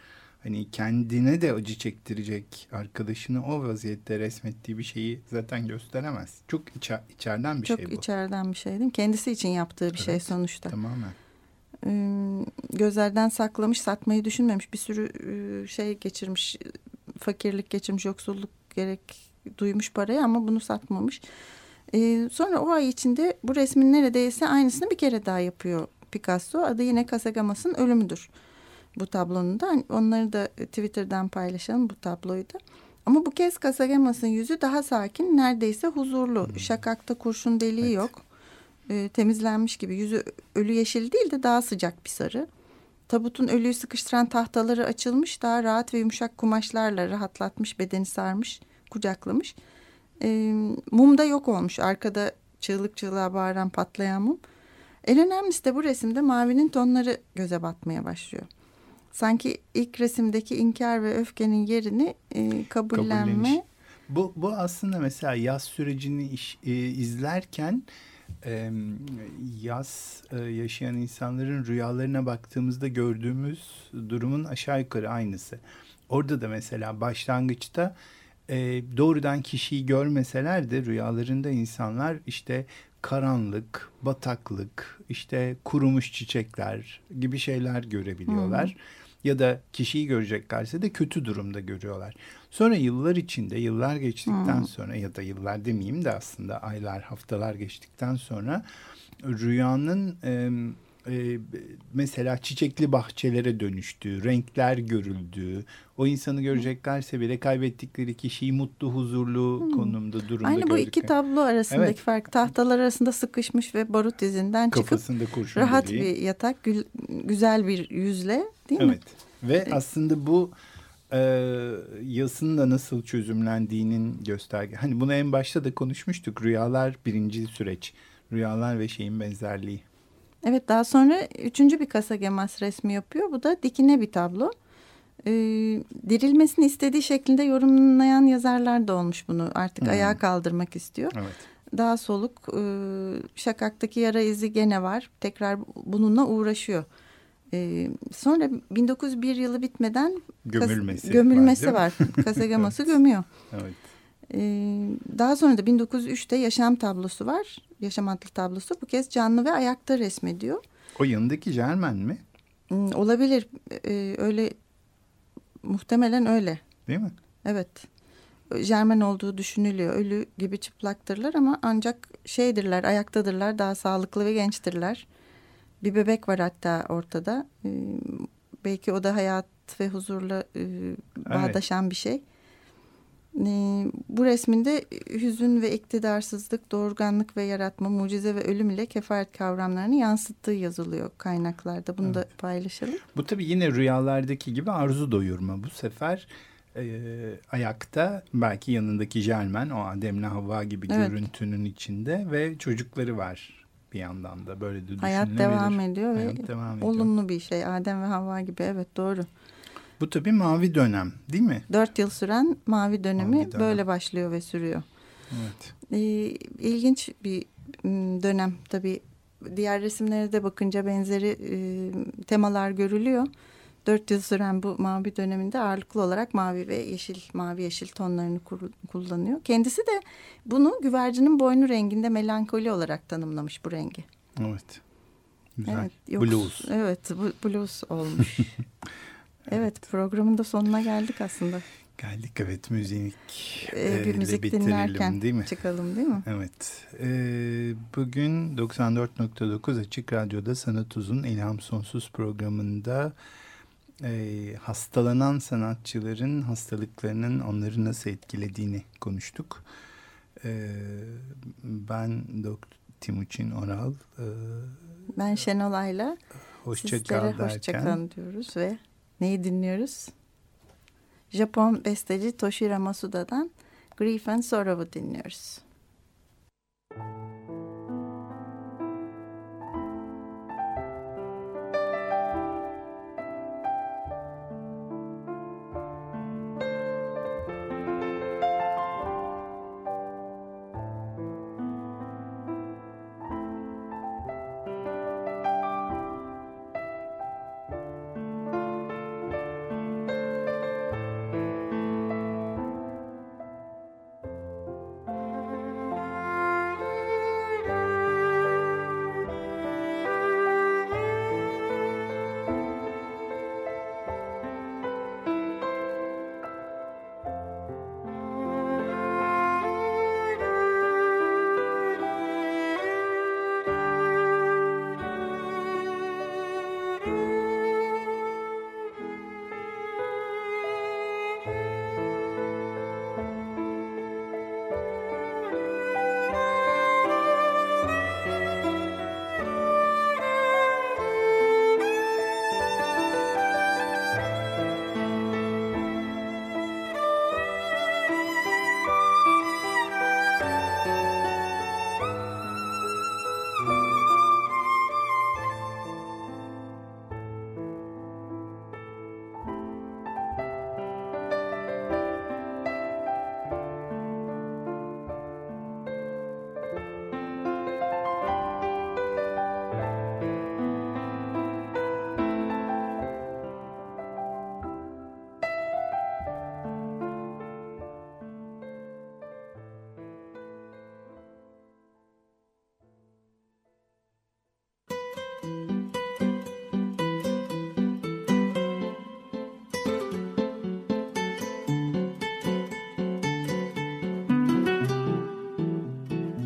hani kendine de acı çektirecek, arkadaşını o vaziyette resmettiği bir şeyi zaten gösteremez. Çok içeriden bir Çok şey bu. Çok içeriden bir şey değil mi? Kendisi için yaptığı bir şey Evet, sonuçta. tamamen. Gözlerden saklamış, satmayı düşünmemiş, bir sürü şey geçirmiş, fakirlik geçirmiş, yoksulluk duymuş parayı ama bunu satmamış. Sonra o ay içinde bu resmin neredeyse aynısını bir kere daha yapıyor Picasso. Adı yine Casagemas'ın Ölümüdür bu tablonun da. Onları da Twitter'dan paylaşalım, bu tabloyu da. Ama bu kez Casagemas'ın yüzü daha sakin, neredeyse huzurlu. Şakakta kurşun deliği yok. Temizlenmiş gibi. Yüzü ölü yeşil değil de daha sıcak bir sarı. Tabutun ölüyü sıkıştıran tahtaları açılmış, daha rahat ve yumuşak kumaşlarla rahatlatmış, bedeni sarmış, kucaklamış. Mum da yok olmuş. Arkada çığlık çığlığa bağıran, patlayan mum. En önemlisi de bu resimde mavinin tonları göze batmaya başlıyor. Sanki ilk resimdeki inkar ve öfkenin yerini kabullenme. Bu aslında mesela yaz sürecini izlerken yaz yaşayan insanların rüyalarına baktığımızda gördüğümüz durumun aşağı yukarı aynısı. Orada da mesela başlangıçta doğrudan kişiyi görmeseler de rüyalarında insanlar işte karanlık, bataklık, işte kurumuş çiçekler gibi şeyler görebiliyorlar. Ya da kişiyi göreceklerse de kötü durumda görüyorlar. Sonra yıllar içinde, yıllar geçtikten sonra ya da yıllar demeyeyim de aslında aylar, haftalar geçtikten sonra rüyanın mesela çiçekli bahçelere dönüştüğü, renkler görüldüğü, o insanı göreceklerse bile kaybettikleri kişiyi mutlu, huzurlu konumda, durumda Aynı bu iki tablo arasındaki fark. Tahtalar arasında sıkışmış ve barut izinden kafasında çıkıp rahat bir yatak, güzel bir yüzle, değil mi? Evet. Ve aslında bu yasın da nasıl çözümlendiğinin gösterge. Hani bunu en başta da konuşmuştuk. Rüyalar birinci süreç. Rüyalar ve şeyin benzerliği. Evet, daha sonra üçüncü bir Casagemas resmi yapıyor. Bu da dikine bir tablo. Dirilmesini istediği şeklinde yorumlayan yazarlar da olmuş bunu. Artık ayağa kaldırmak istiyor. Evet. Daha soluk, şakaktaki yara izi gene var. Tekrar bununla uğraşıyor. Sonra 1901 yılı bitmeden gömülmesi var. Casagemas'ı evet. Gömüyor. Evet. Daha sonra da 1903'te yaşam tablosu var. Yaşam adlı tablosu. Bu kez canlı ve ayakta resmediyor. O yanındaki Germen mi? Olabilir. Öyle, muhtemelen öyle. Değil mi? Evet. Germen olduğu düşünülüyor. Ölü gibi çıplaktırlar ama ancak şeydirler, ayaktadırlar. Daha sağlıklı ve gençtirler. Bir bebek var hatta ortada. Belki o da hayat ve huzurla bağdaşan bir şey. Bu resminde hüzün ve iktidarsızlık, doğurganlık ve yaratma, mucize ve ölüm ile kefaret kavramlarını yansıttığı yazılıyor kaynaklarda. Bunu da paylaşalım. Bu tabii yine rüyalardaki gibi arzu doyurma. Bu sefer ayakta, belki yanındaki Germen, o Adem'le Havva gibi görüntünün içinde ve çocukları var bir yandan da, böyle de düşünülebilir. Hayat devam ediyor Hayat ve devam ediyor. olumlu bir şey. Adem ve Havva gibi, evet, doğru. Bu tabii mavi dönem, değil mi? 4 yıl süren mavi dönemi böyle başlıyor ve sürüyor. Evet. İlginç bir dönem tabii. Diğer resimlere de bakınca benzeri temalar görülüyor. 4 yıl süren bu mavi döneminde ağırlıklı olarak mavi ve yeşil, mavi yeşil tonlarını kullanıyor. Kendisi de bunu güvercinin boynu renginde melankoli olarak tanımlamış bu rengi. Evet. Güzel. Evet, blues. Evet, blues olmuş. Evet, programın da sonuna geldik aslında. Geldik, evet, müzik bir müzik dinlerken değil mi? Çıkalım, değil mi? Evet. Bugün 94.9 Açık Radyo'da Sanat Uzun İlham Sonsuz programında hastalanan sanatçıların hastalıklarının onları nasıl etkilediğini konuştuk. Ben Dr. Timuçin Oral. Ben Şenol Ayla. Hoşçakal derken. Hoşçakalın diyoruz ve neyi dinliyoruz? Japon besteci Toshiro Masuda'dan Grief and Sorrow'u dinliyoruz.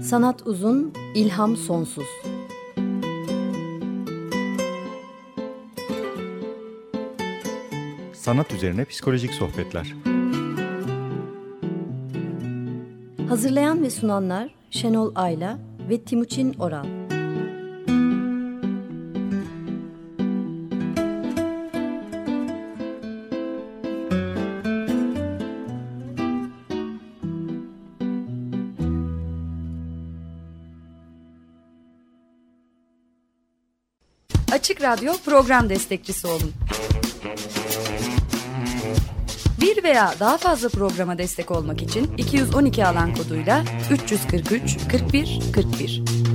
Sanat uzun, ilham sonsuz. Sanat üzerine psikolojik sohbetler. Hazırlayan ve sunanlar Şenol Ayla ve Timuçin Oral. Açık Radyo program destekçisi olun. Bir veya daha fazla programa destek olmak için 212 alan koduyla 343 41 41.